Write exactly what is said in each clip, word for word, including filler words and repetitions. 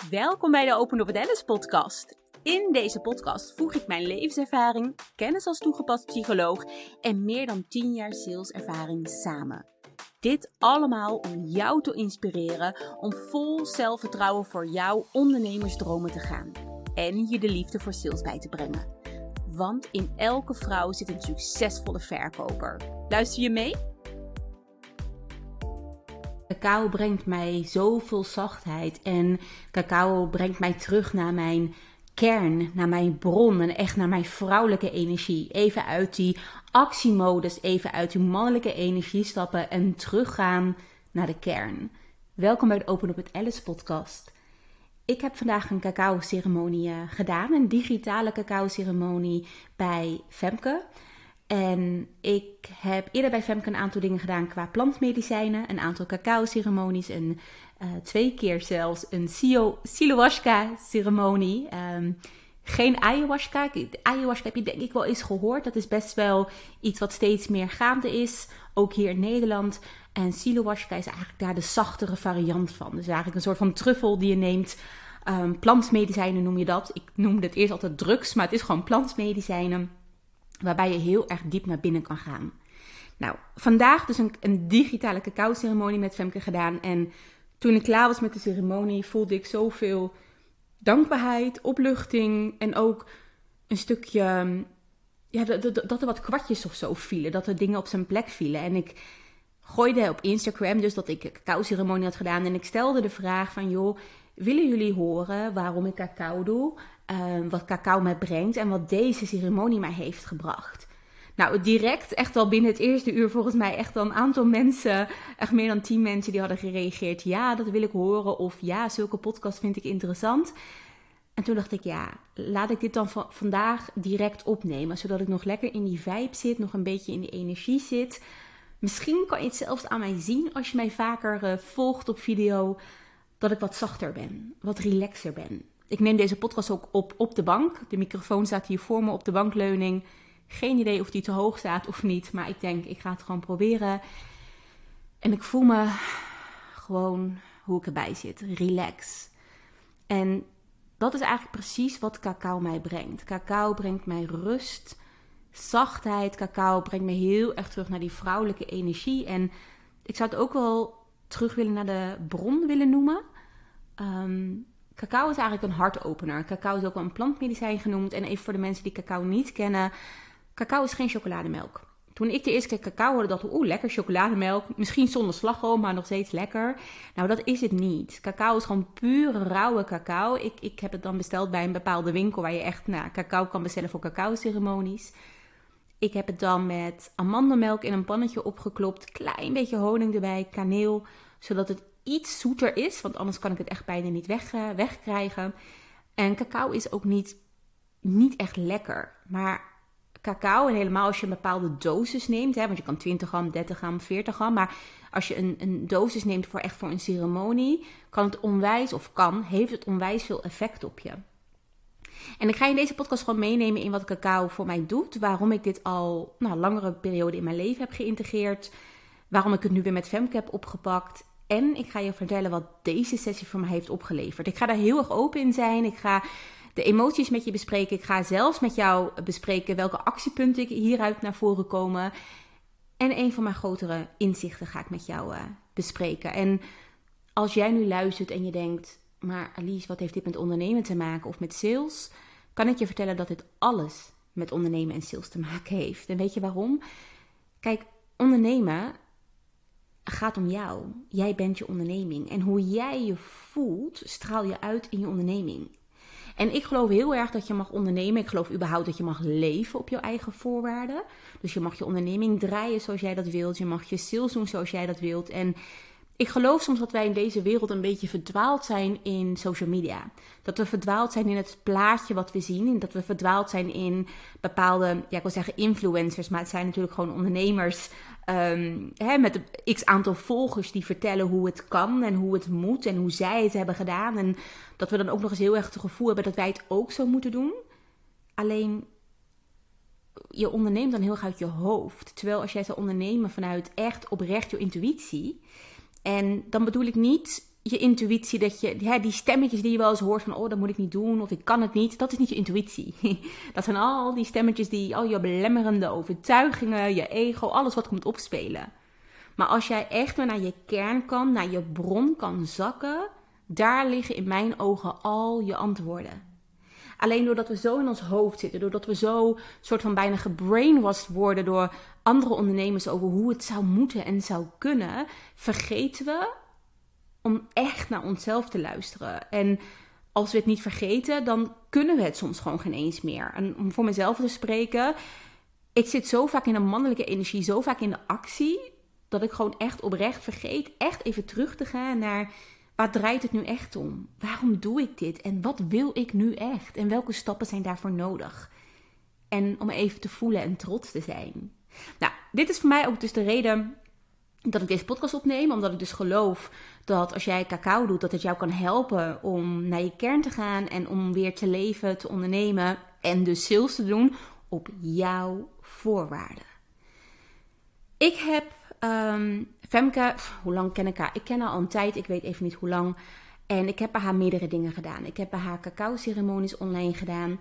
Welkom bij de Open Up with Alice podcast. In deze podcast voeg ik mijn levenservaring, kennis als toegepast psycholoog en meer dan tien jaar saleservaring samen. Dit allemaal om jou te inspireren om vol zelfvertrouwen voor jouw ondernemersdromen te gaan. En je de liefde voor sales bij te brengen. Want in elke vrouw zit een succesvolle verkoper. Luister je mee? Cacao brengt mij zoveel zachtheid en cacao brengt mij terug naar mijn kern, naar mijn bron en echt naar mijn vrouwelijke energie. Even uit die actiemodus, even uit die mannelijke energie stappen en teruggaan naar de kern. Welkom bij de Open Up with Alice podcast. Ik heb vandaag een cacao ceremonie uh, gedaan, een digitale cacao ceremonie bij Femke. En ik heb eerder bij Femke een aantal dingen gedaan qua plantmedicijnen, een aantal cacao-ceremonies en uh, twee keer zelfs een Silowaska-ceremonie. Um, geen ayahuasca. Ayahuasca heb je denk ik wel eens gehoord. Dat is best wel iets wat steeds meer gaande is, ook hier in Nederland. En Silowaska is eigenlijk daar de zachtere variant van. Dus eigenlijk een soort van truffel die je neemt. Um, plantmedicijnen noem je dat. Ik noemde het eerst altijd drugs, maar het is gewoon plantmedicijnen. Waarbij je heel erg diep naar binnen kan gaan. Nou, vandaag dus een, een digitale cacao-ceremonie met Femke gedaan. En toen ik klaar was met de ceremonie voelde ik zoveel dankbaarheid, opluchting. En ook een stukje, ja, dat, dat, dat er wat kwartjes of zo vielen. Dat er dingen op zijn plek vielen. En ik gooide op Instagram dus dat ik een cacao-ceremonie had gedaan. En ik stelde de vraag van, joh, willen jullie horen waarom ik cacao doe? Uh, wat cacao mij brengt en wat deze ceremonie mij heeft gebracht. Nou, direct, echt al binnen het eerste uur volgens mij echt al een aantal mensen, echt meer dan tien mensen die hadden gereageerd. Ja, dat wil ik horen. Of ja, zulke podcast vind ik interessant. En toen dacht ik, ja, laat ik dit dan va- vandaag direct opnemen. Zodat ik nog lekker in die vibe zit, nog een beetje in die energie zit. Misschien kan je het zelfs aan mij zien als je mij vaker uh, volgt op video. Dat ik wat zachter ben, wat relaxer ben. Ik neem deze podcast ook op op de bank. De microfoon staat hier voor me op de bankleuning. Geen idee of die te hoog staat of niet. Maar ik denk, ik ga het gewoon proberen. En ik voel me gewoon hoe ik erbij zit. Relax. En dat is eigenlijk precies wat cacao mij brengt. Cacao brengt mij rust, zachtheid. Cacao brengt me heel erg terug naar die vrouwelijke energie. En ik zou het ook wel terug willen naar de bron willen noemen. Um, Cacao is eigenlijk een hartopener. Cacao is ook wel een plantmedicijn genoemd. En even voor de mensen die cacao niet kennen. Cacao is geen chocolademelk. Toen ik de eerste keer cacao hoorde, dacht ik, oeh, lekker chocolademelk. Misschien zonder slagroom, maar nog steeds lekker. Nou, dat is het niet. Cacao is gewoon pure, rauwe cacao. Ik, ik heb het dan besteld bij een bepaalde winkel waar je echt nou, cacao kan bestellen voor cacao-ceremonies. Ik heb het dan met amandelmelk in een pannetje opgeklopt. Klein beetje honing erbij, kaneel, zodat het iets zoeter is, want anders kan ik het echt bijna niet weg, uh, wegkrijgen. En cacao is ook niet, niet echt lekker. Maar cacao, en helemaal als je een bepaalde dosis neemt, hè, want je kan twintig gram, dertig gram, veertig gram, maar als je een, een dosis neemt voor echt voor een ceremonie, kan het onwijs, of kan, heeft het onwijs veel effect op je. En ik ga in deze podcast gewoon meenemen in wat cacao voor mij doet, waarom ik dit al nou, langere periode in mijn leven heb geïntegreerd, waarom ik het nu weer met Femke heb opgepakt. En ik ga je vertellen wat deze sessie voor mij heeft opgeleverd. Ik ga daar heel erg open in zijn. Ik ga de emoties met je bespreken. Ik ga zelfs met jou bespreken welke actiepunten hieruit naar voren komen. En een van mijn grotere inzichten ga ik met jou uh, bespreken. En als jij nu luistert en je denkt, maar Alice, wat heeft dit met ondernemen te maken of met sales? Kan ik je vertellen dat dit alles met ondernemen en sales te maken heeft. En weet je waarom? Kijk, ondernemen gaat om jou. Jij bent je onderneming. En hoe jij je voelt, straal je uit in je onderneming. En ik geloof heel erg dat je mag ondernemen. Ik geloof überhaupt dat je mag leven op je eigen voorwaarden. Dus je mag je onderneming draaien zoals jij dat wilt. Je mag je sales doen zoals jij dat wilt. En ik geloof soms dat wij in deze wereld een beetje verdwaald zijn in social media. Dat we verdwaald zijn in het plaatje wat we zien. En dat we verdwaald zijn in bepaalde, ja, ik wil zeggen influencers. Maar het zijn natuurlijk gewoon ondernemers um, hè, met een x aantal volgers die vertellen hoe het kan en hoe het moet. En hoe zij het hebben gedaan. En dat we dan ook nog eens heel erg het gevoel hebben dat wij het ook zo moeten doen. Alleen, je onderneemt dan heel erg uit je hoofd. Terwijl als jij zou ondernemen vanuit echt oprecht je intuïtie. En dan bedoel ik niet je intuïtie, dat je, ja, die stemmetjes die je wel eens hoort van, oh, dat moet ik niet doen, of ik kan het niet. Dat is niet je intuïtie. Dat zijn al die stemmetjes die, al je belemmerende overtuigingen, je ego, alles wat komt opspelen. Maar als jij echt weer naar je kern kan, naar je bron kan zakken, daar liggen in mijn ogen al je antwoorden. Alleen doordat we zo in ons hoofd zitten, doordat we zo soort van bijna gebrainwashed worden door andere ondernemers over hoe het zou moeten en zou kunnen, vergeten we om echt naar onszelf te luisteren. En als we het niet vergeten, dan kunnen we het soms gewoon geen eens meer. En om voor mezelf te spreken, ik zit zo vaak in een mannelijke energie, zo vaak in de actie, dat ik gewoon echt oprecht vergeet echt even terug te gaan naar, waar draait het nu echt om? Waarom doe ik dit? En wat wil ik nu echt? En welke stappen zijn daarvoor nodig? En om even te voelen en trots te zijn. Nou, dit is voor mij ook dus de reden dat ik deze podcast opneem. Omdat ik dus geloof dat als jij cacao doet, dat het jou kan helpen om naar je kern te gaan. En om weer te leven, te ondernemen en dus sales te doen op jouw voorwaarden. Ik heb um, Femke, pff, hoe lang ken ik haar? Ik ken haar al een tijd, ik weet even niet hoe lang. En ik heb bij haar meerdere dingen gedaan. Ik heb bij haar cacao-ceremonies online gedaan.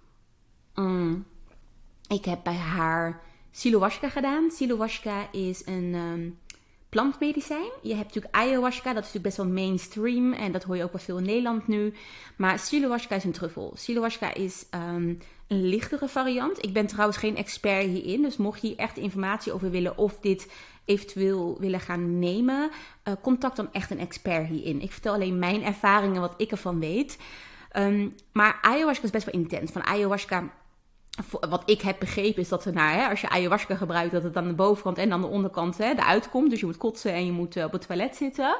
Mm. Ik heb bij haar Silowashka gedaan. Silowashka is een um, plantmedicijn. Je hebt natuurlijk ayahuasca, dat is natuurlijk best wel mainstream. En dat hoor je ook wel veel in Nederland nu. Maar Silowashka is een truffel. Silowashka is um, een lichtere variant. Ik ben trouwens geen expert hierin. Dus mocht je hier echt informatie over willen of dit eventueel willen gaan nemen, uh, contact dan echt een expert hierin. Ik vertel alleen mijn ervaringen, wat ik ervan weet. Um, maar ayahuasca is best wel intens. Van ayahuasca, wat ik heb begrepen, is dat er, nou, hè, als je ayahuasca gebruikt, dat het aan de bovenkant en aan de onderkant hè, eruit komt. Dus je moet kotsen en je moet uh, op het toilet zitten.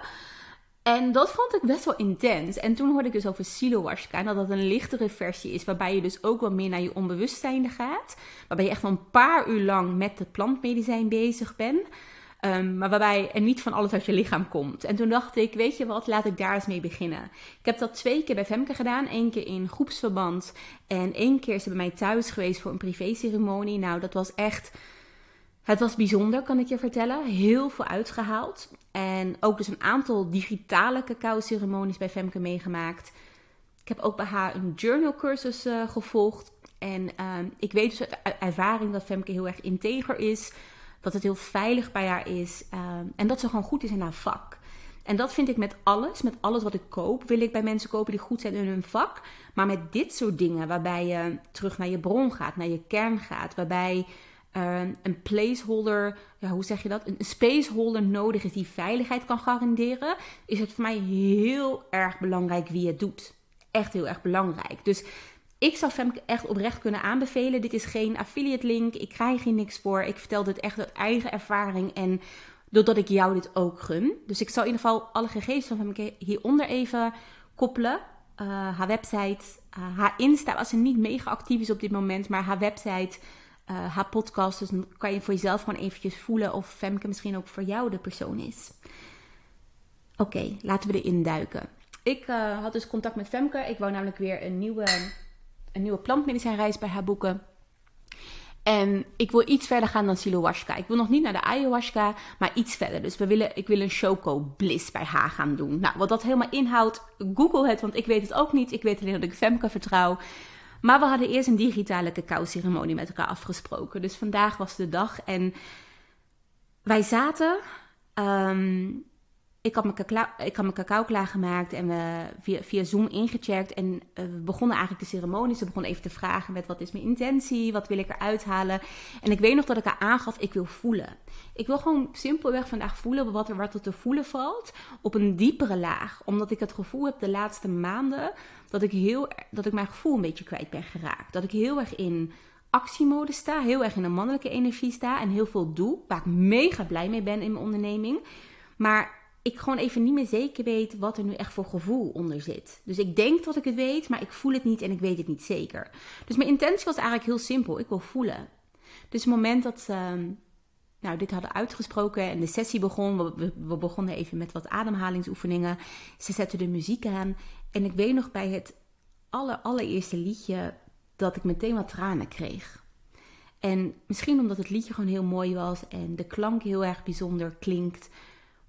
En dat vond ik best wel intens. En toen hoorde ik dus over Silowashka. En dat dat een lichtere versie is. Waarbij je dus ook wat meer naar je onbewustzijn gaat. Waarbij je echt wel een paar uur lang met het plantmedicijn bezig bent. Um, maar waarbij er niet van alles uit je lichaam komt. En toen dacht ik, weet je wat, laat ik daar eens mee beginnen. Ik heb dat twee keer bij Femke gedaan. Eén keer in groepsverband. En één keer is ze bij mij thuis geweest voor een privéceremonie. Nou, dat was echt... Het was bijzonder, kan ik je vertellen. Heel veel uitgehaald. En ook dus een aantal digitale cacao-ceremonies bij Femke meegemaakt. Ik heb ook bij haar een journal cursus uh, gevolgd. En uh, ik weet dus uit ervaring dat Femke heel erg integer is. Dat het heel veilig bij haar is. Uh, en dat ze gewoon goed is in haar vak. En dat vind ik met alles. Met alles wat ik koop, wil ik bij mensen kopen die goed zijn in hun vak. Maar met dit soort dingen, waarbij je terug naar je bron gaat, naar je kern gaat. Waarbij Uh, een placeholder, ja, hoe zeg je dat? Een spaceholder nodig is die veiligheid kan garanderen, is het voor mij heel erg belangrijk wie het doet. Echt heel erg belangrijk. Dus ik zou Femke echt oprecht kunnen aanbevelen. Dit is geen affiliate link. Ik krijg hier niks voor. Ik vertel dit echt uit eigen ervaring en doordat ik jou dit ook gun. Dus ik zal in ieder geval alle gegevens van Femke hieronder even koppelen. Uh, haar website, uh, haar Insta, als ze niet mega actief is op dit moment, maar haar website, Uh, haar podcast, dus dan kan je voor jezelf gewoon eventjes voelen of Femke misschien ook voor jou de persoon is. Oké, okay, laten we erin duiken. Ik uh, had dus contact met Femke. Ik wou namelijk weer een nieuwe, een nieuwe plantmedicijnreis bij haar boeken. En ik wil iets verder gaan dan Silowashka. Ik wil nog niet naar de ayahuasca, maar iets verder. Dus we willen, ik wil een Choco Bliss bij haar gaan doen. Nou, wat dat helemaal inhoudt, Google het, want ik weet het ook niet. Ik weet alleen dat ik Femke vertrouw. Maar we hadden eerst een digitale cacao-ceremonie met elkaar afgesproken. Dus vandaag was de dag. En wij zaten... Um, ik, had mijn cacao, ik had mijn cacao klaargemaakt en we via, via Zoom ingecheckt. En uh, we begonnen eigenlijk de ceremonie. Ze begonnen even te vragen met wat is mijn intentie? Wat wil ik eruit halen? En ik weet nog dat ik haar aangaf, ik wil voelen. Ik wil gewoon simpelweg vandaag voelen wat er, wat er te voelen valt. Op een diepere laag. Omdat ik het gevoel heb de laatste maanden dat ik, heel, dat ik mijn gevoel een beetje kwijt ben geraakt. Dat ik heel erg in actiemode sta. Heel erg in een mannelijke energie sta. En heel veel doe. Waar ik mega blij mee ben in mijn onderneming. Maar ik gewoon even niet meer zeker weet wat er nu echt voor gevoel onder zit. Dus ik denk dat ik het weet, maar ik voel het niet en ik weet het niet zeker. Dus mijn intentie was eigenlijk heel simpel. Ik wil voelen. Dus het moment dat ze uh, nou, dit hadden uitgesproken en de sessie begon. We, we, we begonnen even met wat ademhalingsoefeningen. Ze zetten de muziek aan. En ik weet nog bij het aller, allereerste liedje dat ik meteen wat tranen kreeg. En misschien omdat het liedje gewoon heel mooi was en de klank heel erg bijzonder klinkt.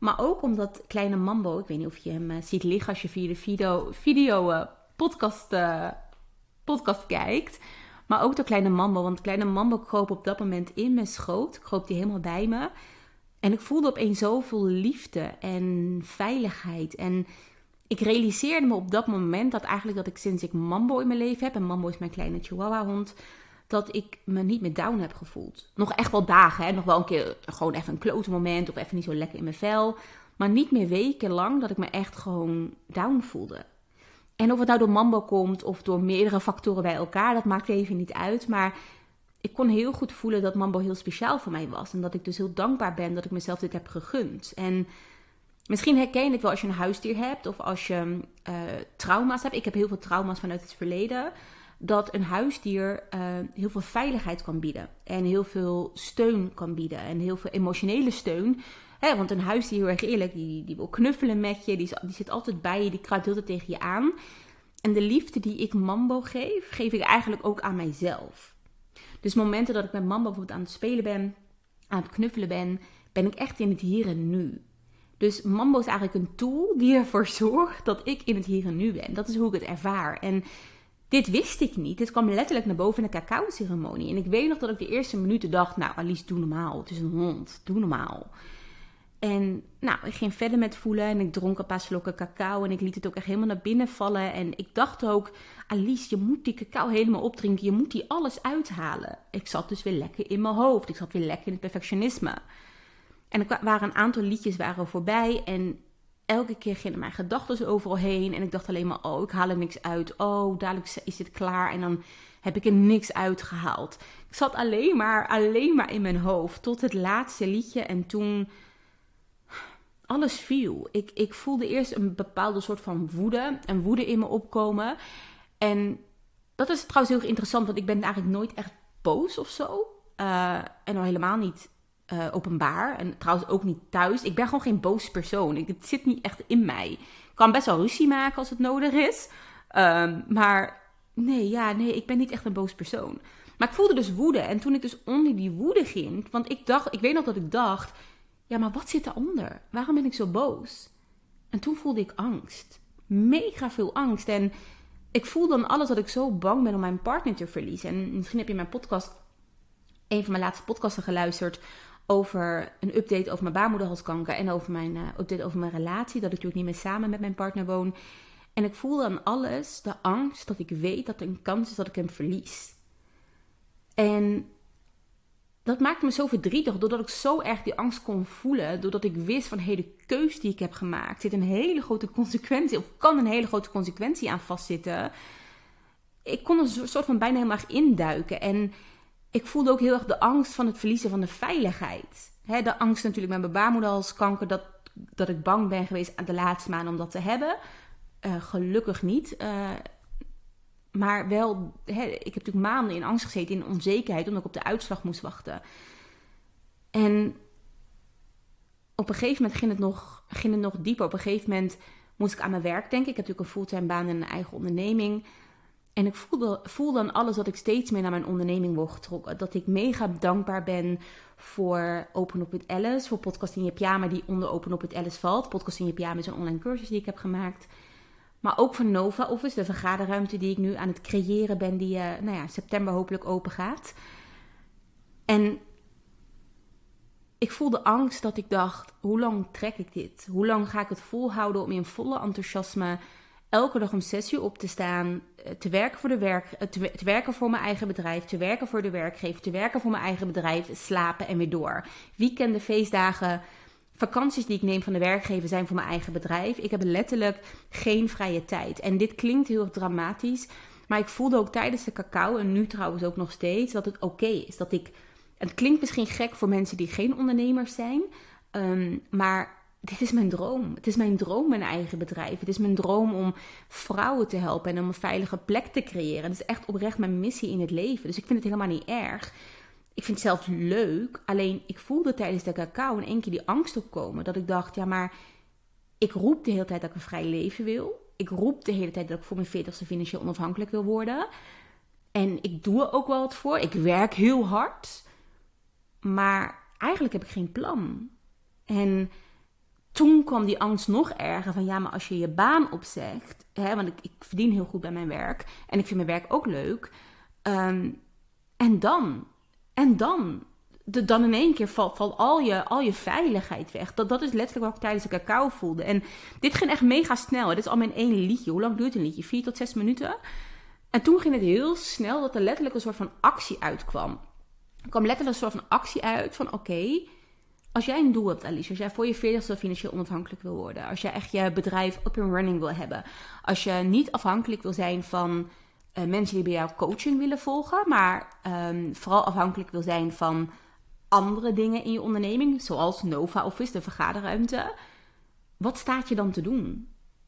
Maar ook omdat kleine Mambo, ik weet niet of je hem uh, ziet liggen als je via de video, video uh, podcast, uh, podcast kijkt. Maar ook door kleine Mambo, want kleine Mambo kroop op dat moment in mijn schoot. Kroop die helemaal bij me. En ik voelde opeens zoveel liefde en veiligheid. En ik realiseerde me op dat moment dat eigenlijk dat ik sinds ik Mambo in mijn leven heb, en Mambo is mijn kleine chihuahua hond, dat ik me niet meer down heb gevoeld. Nog echt wel dagen, hè? Nog wel een keer gewoon even een klote moment of even niet zo lekker in mijn vel. Maar niet meer wekenlang dat ik me echt gewoon down voelde. En of het nou door Mambo komt of door meerdere factoren bij elkaar, dat maakt even niet uit. Maar ik kon heel goed voelen dat Mambo heel speciaal voor mij was. En dat ik dus heel dankbaar ben dat ik mezelf dit heb gegund. En misschien herken je het wel als je een huisdier hebt of als je uh, trauma's hebt. Ik heb heel veel trauma's vanuit het verleden. Dat een huisdier uh, heel veel veiligheid kan bieden. En heel veel steun kan bieden. En heel veel emotionele steun. He, want een huisdier, heel erg eerlijk, die, die wil knuffelen met je. Die, is, die zit altijd bij je, die kruipt altijd tegen je aan. En de liefde die ik Mambo geef, geef ik eigenlijk ook aan mijzelf. Dus momenten dat ik met Mambo bijvoorbeeld aan het spelen ben, aan het knuffelen ben, ben ik echt in het hier en nu. Dus Mambo is eigenlijk een tool die ervoor zorgt dat ik in het hier en nu ben. Dat is hoe ik het ervaar. En dit wist ik niet. Dit kwam letterlijk naar boven in de cacao-ceremonie. En ik weet nog dat ik de eerste minuten dacht, nou Alice, doe normaal. Het is een hond, doe normaal. En nou, ik ging verder met voelen en ik dronk een paar slokken cacao en ik liet het ook echt helemaal naar binnen vallen. En ik dacht ook, Alice, je moet die cacao helemaal opdrinken, je moet die alles uithalen. Ik zat dus weer lekker in mijn hoofd, ik zat weer lekker in het perfectionisme. En er waren een aantal liedjes waren voorbij en elke keer gingen mijn gedachten overal heen. En ik dacht alleen maar, oh, ik haal er niks uit. Oh, dadelijk is dit klaar en dan heb ik er niks uitgehaald. Ik zat alleen maar, alleen maar in mijn hoofd tot het laatste liedje en toen alles viel. Ik, ik voelde eerst een bepaalde soort van woede. En woede in me opkomen. En dat is trouwens heel interessant. Want ik ben eigenlijk nooit echt boos of zo. Uh, en al helemaal niet uh, openbaar. En trouwens ook niet thuis. Ik ben gewoon geen boos persoon. Ik, het zit niet echt in mij. Ik kan best wel ruzie maken als het nodig is. Um, maar nee, ja, nee, ik ben niet echt een boos persoon. Maar ik voelde dus woede. En toen ik dus onder die woede ging. Want ik dacht, ik weet nog dat ik dacht, ja, maar wat zit eronder? Waarom ben ik zo boos? En toen voelde ik angst. Mega veel angst. En ik voelde dan alles dat ik zo bang ben om mijn partner te verliezen. En misschien heb je mijn podcast, een van mijn laatste podcasten geluisterd over een update over mijn baarmoederhalskanker en over mijn uh, update over mijn relatie. Dat ik natuurlijk niet meer samen met mijn partner woon. En ik voelde aan alles de angst dat ik weet dat er een kans is dat ik hem verlies. En dat maakte me zo verdrietig, doordat ik zo erg die angst kon voelen. Doordat ik wist van, hé, hey, de keus die ik heb gemaakt zit een hele grote consequentie, of kan een hele grote consequentie aan vastzitten. Ik kon er een soort van bijna helemaal induiken. En ik voelde ook heel erg de angst van het verliezen van de veiligheid. He, de angst natuurlijk met mijn baarmoederhalskanker, dat, dat ik bang ben geweest aan de laatste maanden om dat te hebben. Uh, gelukkig niet. Uh, Maar wel, hè, ik heb natuurlijk maanden in angst gezeten, in onzekerheid, omdat ik op de uitslag moest wachten. En op een gegeven moment ging het nog, ging het nog dieper. Op een gegeven moment moest ik aan mijn werk denken. Ik heb natuurlijk een fulltime baan en een eigen onderneming. En ik voelde, voelde aan alles dat ik steeds meer naar mijn onderneming word getrokken. Dat ik mega dankbaar ben voor Open Up with Alice, voor Podcast in je Pyjama die onder Open Up with Alice valt. Podcast in je Pyjama is een online cursus die ik heb gemaakt. Maar ook voor Nova Office, de vergaderruimte die ik nu aan het creëren ben, die uh, nou ja, september hopelijk open gaat. En ik voelde angst dat ik dacht, hoe lang trek ik dit? Hoe lang ga ik het volhouden om in volle enthousiasme elke dag om zes uur op te staan, te werken voor de werk, te, te werken voor mijn eigen bedrijf, te werken voor de werkgever, te werken voor mijn eigen bedrijf, slapen en weer door. Weekenden, feestdagen, vakanties die ik neem van de werkgever zijn voor mijn eigen bedrijf. Ik heb letterlijk geen vrije tijd. En dit klinkt heel dramatisch, maar ik voelde ook tijdens de cacao, en nu trouwens ook nog steeds, dat het oké okay is. Dat ik, het klinkt misschien gek voor mensen die geen ondernemers zijn, um, maar dit is mijn droom. Het is mijn droom, mijn eigen bedrijf. Het is mijn droom om vrouwen te helpen en om een veilige plek te creëren. Het is echt oprecht mijn missie in het leven. Dus ik vind het helemaal niet erg. Ik vind het zelfs leuk. Alleen ik voelde tijdens de cacao in één keer die angst opkomen. Dat ik dacht, ja maar ik roep de hele tijd dat ik een vrij leven wil. Ik roep de hele tijd dat ik voor mijn veertigste financieel onafhankelijk wil worden. En ik doe er ook wel wat voor. Ik werk heel hard. Maar eigenlijk heb ik geen plan. En toen kwam die angst nog erger van ja, maar als je je baan opzegt, hè, want ik, ik verdien heel goed bij mijn werk en ik vind mijn werk ook leuk. Um, en dan, en dan, de, dan in één keer valt, valt al, je, al je veiligheid weg. Dat, dat is letterlijk wat ik tijdens de cacao voelde. En dit ging echt mega snel. Dit is allemaal in één liedje. Hoe lang duurt een liedje? Vier tot zes minuten? En toen ging het heel snel dat er letterlijk een soort van actie uitkwam. Er kwam letterlijk een soort van actie uit van oké, okay, als jij een doel hebt, Alice, als jij voor je veertigste financieel onafhankelijk wil worden, als jij echt je bedrijf up and running wil hebben, als je niet afhankelijk wil zijn van uh, mensen die bij jou coaching willen volgen, maar um, vooral afhankelijk wil zijn van andere dingen in je onderneming, zoals Nova Office, de vergaderruimte, wat staat je dan te doen?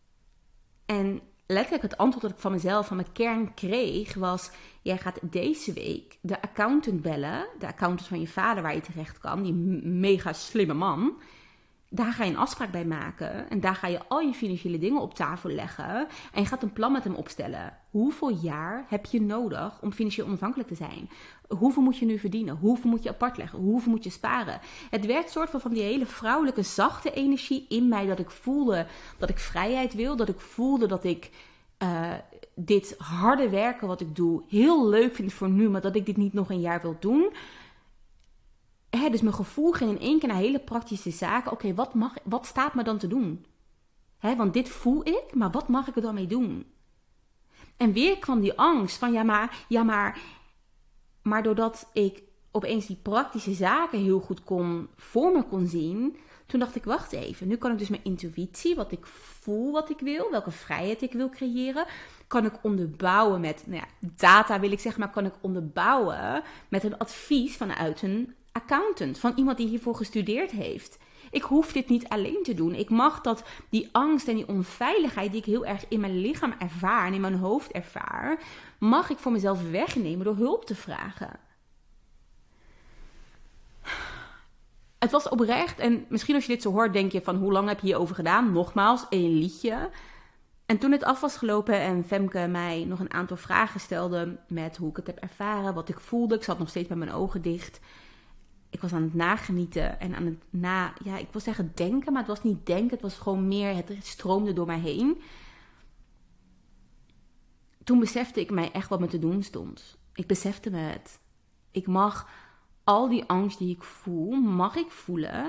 En letterlijk het antwoord dat ik van mezelf, van mijn kern kreeg, was: jij gaat deze week de accountant bellen, de accountant van je vader waar je terecht kan, die mega slimme man. Daar ga je een afspraak bij maken en daar ga je al je financiële dingen op tafel leggen en je gaat een plan met hem opstellen. Hoeveel jaar heb je nodig om financieel onafhankelijk te zijn? Hoeveel moet je nu verdienen? Hoeveel moet je apart leggen? Hoeveel moet je sparen? Het werd soort van van die hele vrouwelijke zachte energie in mij, dat ik voelde dat ik vrijheid wil, dat ik voelde dat ik uh, dit harde werken wat ik doe heel leuk vind voor nu, maar dat ik dit niet nog een jaar wil doen. He, dus mijn gevoel ging in één keer naar hele praktische zaken. Oké, okay, wat, mag, wat staat me dan te doen? He, want dit voel ik, maar wat mag ik er dan mee doen? En weer kwam die angst van ja maar, ja maar, maar doordat ik opeens die praktische zaken heel goed kon, voor me kon zien, toen dacht ik, wacht even, nu kan ik dus mijn intuïtie, wat ik voel wat ik wil, welke vrijheid ik wil creëren, kan ik onderbouwen met, nou ja, data wil ik zeggen, maar kan ik onderbouwen met een advies vanuit een accountant, van iemand die hiervoor gestudeerd heeft. Ik hoef dit niet alleen te doen. Ik mag dat die angst en die onveiligheid die ik heel erg in mijn lichaam ervaar en in mijn hoofd ervaar, mag ik voor mezelf wegnemen door hulp te vragen. Het was oprecht, en misschien als je dit zo hoort, denk je van hoe lang heb je hierover gedaan? Nogmaals, één liedje. En toen het af was gelopen en Femke mij nog een aantal vragen stelde met hoe ik het heb ervaren, wat ik voelde. Ik zat nog steeds met mijn ogen dicht. Ik was aan het nagenieten en aan het na, ja, ik wil zeggen denken, maar het was niet denken. Het was gewoon meer, het stroomde door mij heen. Toen besefte ik mij echt wat me te doen stond. Ik besefte me het. Ik mag al die angst die ik voel, mag ik voelen.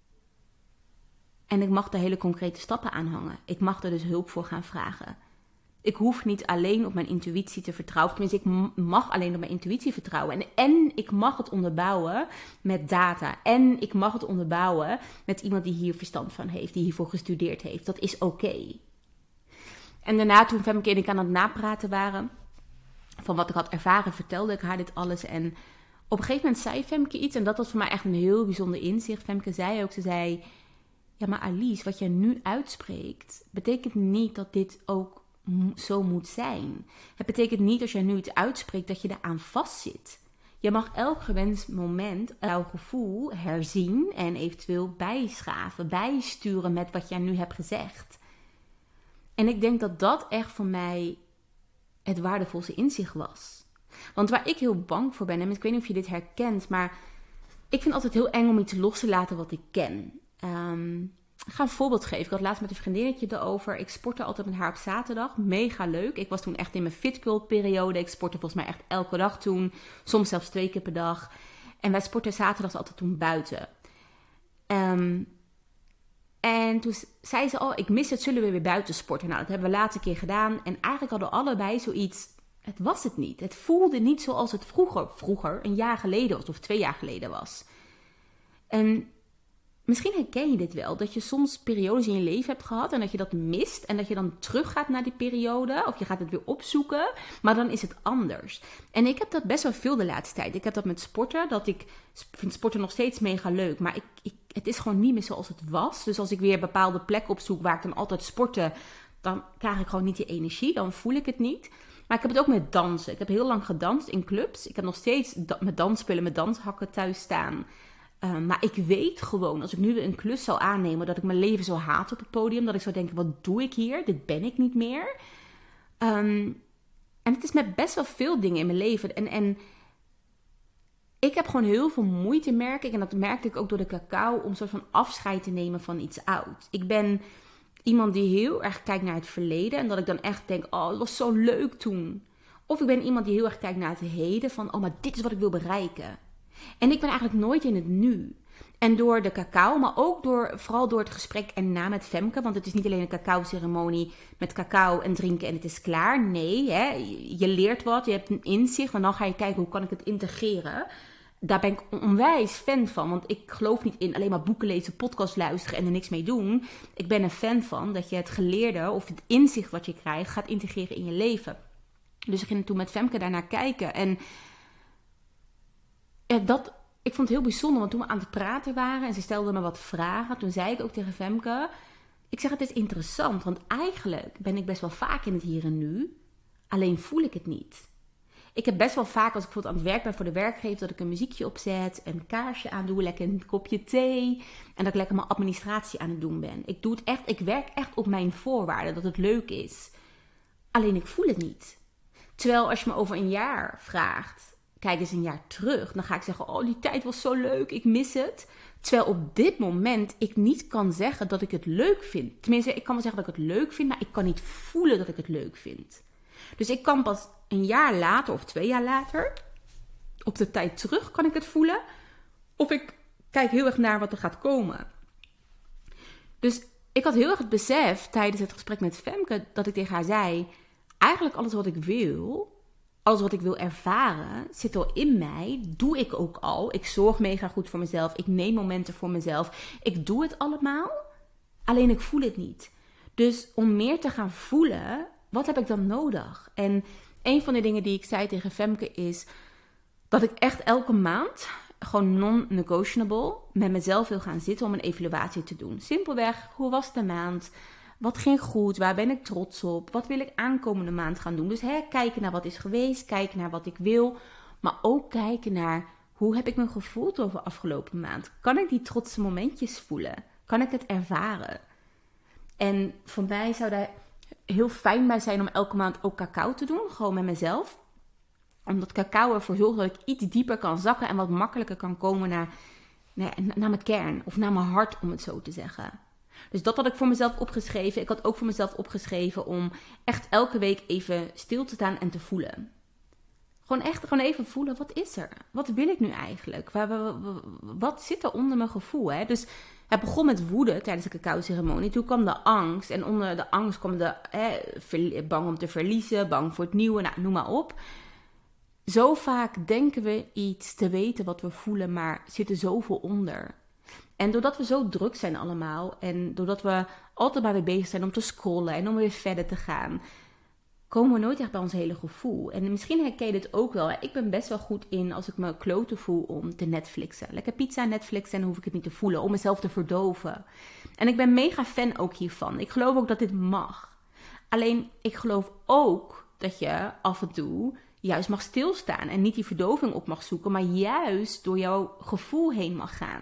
En ik mag er hele concrete stappen aan hangen. Ik mag er dus hulp voor gaan vragen. Ik hoef niet alleen op mijn intuïtie te vertrouwen. Tenminste, ik mag alleen op mijn intuïtie vertrouwen. En, en ik mag het onderbouwen met data. En ik mag het onderbouwen met iemand die hier verstand van heeft. Die hiervoor gestudeerd heeft. Dat is oké. Okay. En daarna, toen Femke en ik aan het napraten waren van wat ik had ervaren, vertelde ik haar dit alles. En op een gegeven moment zei Femke iets. En dat was voor mij echt een heel bijzonder inzicht. Femke zei ook, ze zei: ja, maar Alice, wat jij nu uitspreekt, betekent niet dat dit ook zo moet zijn. Het betekent niet als jij nu iets uitspreekt dat je eraan vastzit. Je mag elk gewenst moment jouw gevoel herzien en eventueel bijschaven, bijsturen met wat jij nu hebt gezegd. En ik denk dat dat echt voor mij het waardevolste inzicht was. Want waar ik heel bang voor ben, en ik weet niet of je dit herkent, maar ik vind het altijd heel eng om iets los te laten wat ik ken. Um, Ik ga een voorbeeld geven. Ik had laatst met een vriendinnetje erover. Ik sportte altijd met haar op zaterdag. Mega leuk. Ik was toen echt in mijn fitgirl periode. Ik sportte volgens mij echt elke dag toen. Soms zelfs twee keer per dag. En wij sporten zaterdags altijd toen buiten. Um, en toen zei ze, oh, ik mis het, zullen we weer buiten sporten? Nou, dat hebben we de laatste keer gedaan. En eigenlijk hadden we allebei zoiets, het was het niet. Het voelde niet zoals het vroeger, vroeger, een jaar geleden was of twee jaar geleden was. En misschien herken je dit wel, dat je soms periodes in je leven hebt gehad en dat je dat mist en dat je dan teruggaat naar die periode of je gaat het weer opzoeken, maar dan is het anders. En ik heb dat best wel veel de laatste tijd. Ik heb dat met sporten, dat ik vind sporten nog steeds mega leuk, maar ik, ik, het is gewoon niet meer zoals het was. Dus als ik weer bepaalde plekken opzoek waar ik dan altijd sportte, dan krijg ik gewoon niet die energie, dan voel ik het niet. Maar ik heb het ook met dansen. Ik heb heel lang gedanst in clubs. Ik heb nog steeds da- met dansspullen, met danshakken thuis staan. Uh, maar ik weet gewoon, als ik nu een klus zou aannemen, dat ik mijn leven zou haten op het podium. Dat ik zou denken, wat doe ik hier? Dit ben ik niet meer. Um, en het is met best wel veel dingen in mijn leven. En, en ik heb gewoon heel veel moeite, merk ik. En dat merkte ik ook door de cacao, om een soort van afscheid te nemen van iets oud. Ik ben iemand die heel erg kijkt naar het verleden. En dat ik dan echt denk, oh, het was zo leuk toen. Of ik ben iemand die heel erg kijkt naar het heden. Van, oh, maar dit is wat ik wil bereiken. En ik ben eigenlijk nooit in het nu. En door de cacao, maar ook door, vooral door het gesprek erna met Femke. Want het is niet alleen een cacao-ceremonie met cacao en drinken en het is klaar. Nee, hè, je leert wat, je hebt een inzicht. En dan ga je kijken, hoe kan ik het integreren? Daar ben ik onwijs fan van. Want ik geloof niet in alleen maar boeken lezen, podcast luisteren en er niks mee doen. Ik ben een fan van dat je het geleerde of het inzicht wat je krijgt gaat integreren in je leven. Dus ik ging toen met Femke daarnaar kijken. En ja, dat, ik vond het heel bijzonder. Want toen we aan het praten waren en ze stelde me wat vragen. Toen zei ik ook tegen Femke. Ik zeg, het is interessant. Want eigenlijk ben ik best wel vaak in het hier en nu. Alleen voel ik het niet. Ik heb best wel vaak, als ik bijvoorbeeld aan het werk ben voor de werkgever, dat ik een muziekje opzet, een kaarsje aandoe, lekker een kopje thee. En dat ik lekker mijn administratie aan het doen ben. Ik doe het echt, ik werk echt op mijn voorwaarden, dat het leuk is. Alleen ik voel het niet. Terwijl als je me over een jaar vraagt, kijk eens een jaar terug, dan ga ik zeggen, oh, die tijd was zo leuk, ik mis het. Terwijl op dit moment ik niet kan zeggen dat ik het leuk vind. Tenminste, ik kan wel zeggen dat ik het leuk vind, maar ik kan niet voelen dat ik het leuk vind. Dus ik kan pas een jaar later of twee jaar later, op de tijd terug, kan ik het voelen. Of ik kijk heel erg naar wat er gaat komen. Dus ik had heel erg het besef tijdens het gesprek met Femke, dat ik tegen haar zei, eigenlijk alles wat ik wil, alles wat ik wil ervaren, zit al in mij. Doe ik ook al. Ik zorg mega goed voor mezelf. Ik neem momenten voor mezelf. Ik doe het allemaal. Alleen ik voel het niet. Dus om meer te gaan voelen, wat heb ik dan nodig? En een van de dingen die ik zei tegen Femke is dat ik echt elke maand gewoon non-negotiable met mezelf wil gaan zitten om een evaluatie te doen. Simpelweg, hoe was de maand? Wat ging goed? Waar ben ik trots op? Wat wil ik aankomende maand gaan doen? Dus hè, kijken naar wat is geweest, kijken naar wat ik wil, maar ook kijken naar hoe heb ik me gevoeld over afgelopen maand? Kan ik die trotse momentjes voelen? Kan ik het ervaren? En voor mij zou daar heel fijn bij zijn om elke maand ook cacao te doen, gewoon met mezelf. Omdat cacao ervoor zorgt dat ik iets dieper kan zakken en wat makkelijker kan komen naar, naar, naar mijn kern of naar mijn hart, om het zo te zeggen. Dus dat had ik voor mezelf opgeschreven. Ik had ook voor mezelf opgeschreven om echt elke week even stil te staan en te voelen. Gewoon echt gewoon even voelen, wat is er? Wat wil ik nu eigenlijk? Wat zit er onder mijn gevoel? Hè? Dus het begon met woede tijdens de cacao-ceremonie. Toen kwam de angst. En onder de angst kwam de hè, bang om te verliezen, bang voor het nieuwe, nou, noem maar op. Zo vaak denken we iets te weten wat we voelen, maar zit er zoveel onder. En doordat we zo druk zijn allemaal en doordat we altijd maar weer bezig zijn om te scrollen en om weer verder te gaan, komen we nooit echt bij ons hele gevoel. En misschien herken je dit ook wel. Ik ben best wel goed in als ik me kloten voel om te Netflixen. Lekker pizza Netflixen en dan hoef ik het niet te voelen, om mezelf te verdoven. En ik ben mega fan ook hiervan. Ik geloof ook dat dit mag. Alleen ik geloof ook dat je af en toe juist mag stilstaan en niet die verdoving op mag zoeken, maar juist door jouw gevoel heen mag gaan.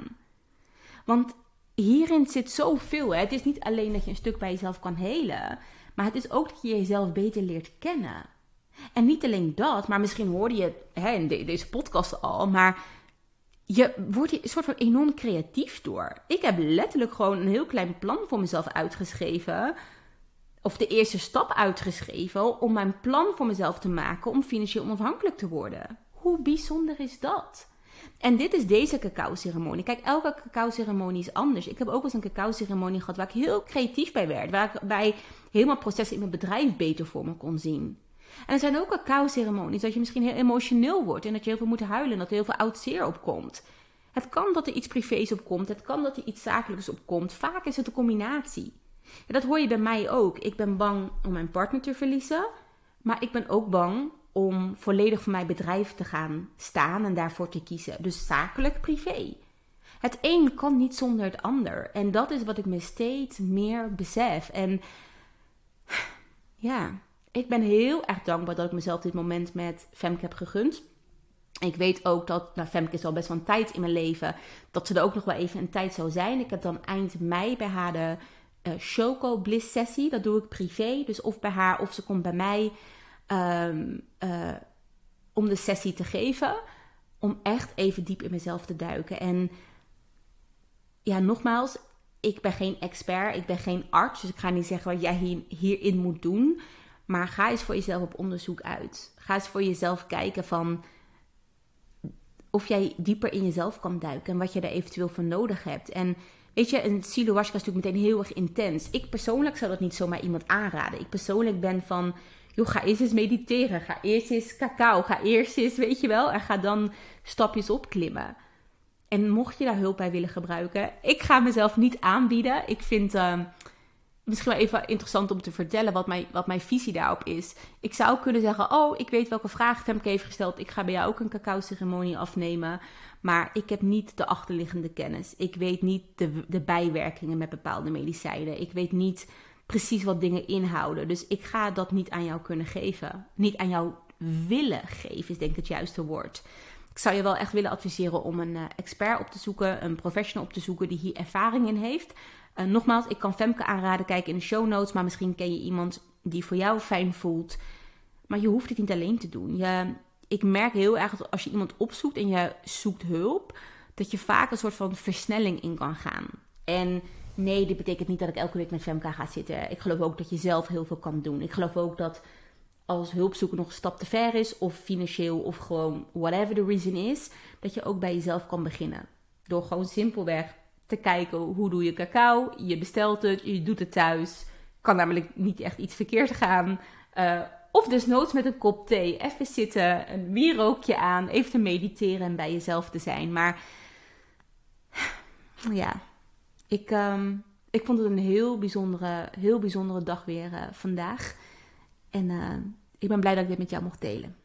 Want hierin zit zoveel. Hè? Het is niet alleen dat je een stuk bij jezelf kan helen, maar het is ook dat je jezelf beter leert kennen. En niet alleen dat, maar misschien hoorde je het hè, in de, deze podcast al, maar je wordt hier een soort van enorm creatief door. Ik heb letterlijk gewoon een heel klein plan voor mezelf uitgeschreven, of de eerste stap uitgeschreven, om mijn plan voor mezelf te maken om financieel onafhankelijk te worden. Hoe bijzonder is dat? En dit is deze cacao-ceremonie. Kijk, elke cacao-ceremonie is anders. Ik heb ook wel eens een cacao-ceremonie gehad waar ik heel creatief bij werd. Waarbij helemaal processen in mijn bedrijf beter voor me kon zien. En er zijn ook cacao-ceremonies dat je misschien heel emotioneel wordt en dat je heel veel moet huilen en dat er heel veel oud zeer opkomt. Het kan dat er iets privés opkomt. Het kan dat er iets zakelijks opkomt. Vaak is het een combinatie. En dat hoor je bij mij ook. Ik ben bang om mijn partner te verliezen. Maar ik ben ook bang om volledig voor mijn bedrijf te gaan staan en daarvoor te kiezen. Dus zakelijk, privé. Het een kan niet zonder het ander. En dat is wat ik me steeds meer besef. En ja, ik ben heel erg dankbaar dat ik mezelf dit moment met Femke heb gegund. Ik weet ook dat, nou Femke is al best wel een tijd in mijn leven, dat ze er ook nog wel even een tijd zou zijn. Ik heb dan eind mei bij haar de uh, Choco Bliss sessie. Dat doe ik privé. Dus of bij haar of ze komt bij mij um, uh, om de sessie te geven. om echt even diep in mezelf te duiken. En ja, nogmaals, ik ben geen expert, ik ben geen arts. Dus ik ga niet zeggen wat jij hier, hierin moet doen. Maar ga eens voor jezelf op onderzoek uit. Ga eens voor jezelf kijken van of jij dieper in jezelf kan duiken. En wat je daar eventueel voor nodig hebt. En weet je, een Silo-Washka is natuurlijk meteen heel erg intens. Ik persoonlijk zou dat niet zomaar iemand aanraden. Ik persoonlijk ben van, joh, ga eerst eens mediteren. Ga eerst eens cacao. Ga eerst eens, weet je wel. En ga dan stapjes opklimmen. En mocht je daar hulp bij willen gebruiken, ik ga mezelf niet aanbieden. Ik vind uh, misschien wel even interessant om te vertellen wat mijn, wat mijn visie daarop is. Ik zou kunnen zeggen, oh, ik weet welke vraag Femke heeft gesteld. Ik ga bij jou ook een cacao-ceremonie afnemen. Maar ik heb niet de achterliggende kennis. Ik weet niet de, de bijwerkingen met bepaalde medicijnen. Ik weet niet precies wat dingen inhouden. Dus ik ga dat niet aan jou kunnen geven. Niet aan jou willen geven, is denk ik het juiste woord. Ik zou je wel echt willen adviseren om een uh, expert op te zoeken, een professional op te zoeken die hier ervaring in heeft. Uh, nogmaals, ik kan Femke aanraden, kijk in de show notes, maar misschien ken je iemand die voor jou fijn voelt. Maar je hoeft het niet alleen te doen. Je, ik merk heel erg dat als je iemand opzoekt en je zoekt hulp, dat je vaak een soort van versnelling in kan gaan. En nee, dit betekent niet dat ik elke week met Femke ga zitten. Ik geloof ook dat je zelf heel veel kan doen. Ik geloof ook dat als hulpzoeken nog een stap te ver is, of financieel, of gewoon whatever the reason is, dat je ook bij jezelf kan beginnen. Door gewoon simpelweg te kijken, hoe doe je cacao? Je bestelt het, je doet het thuis. Kan namelijk niet echt iets verkeerd gaan. Uh, of desnoods met een kop thee, even zitten, een wierookje aan, even te mediteren en bij jezelf te zijn. Maar ja, ik, um, ik vond het een heel bijzondere, heel bijzondere dag weer uh, vandaag. En uh, ik ben blij dat ik dit met jou mocht delen.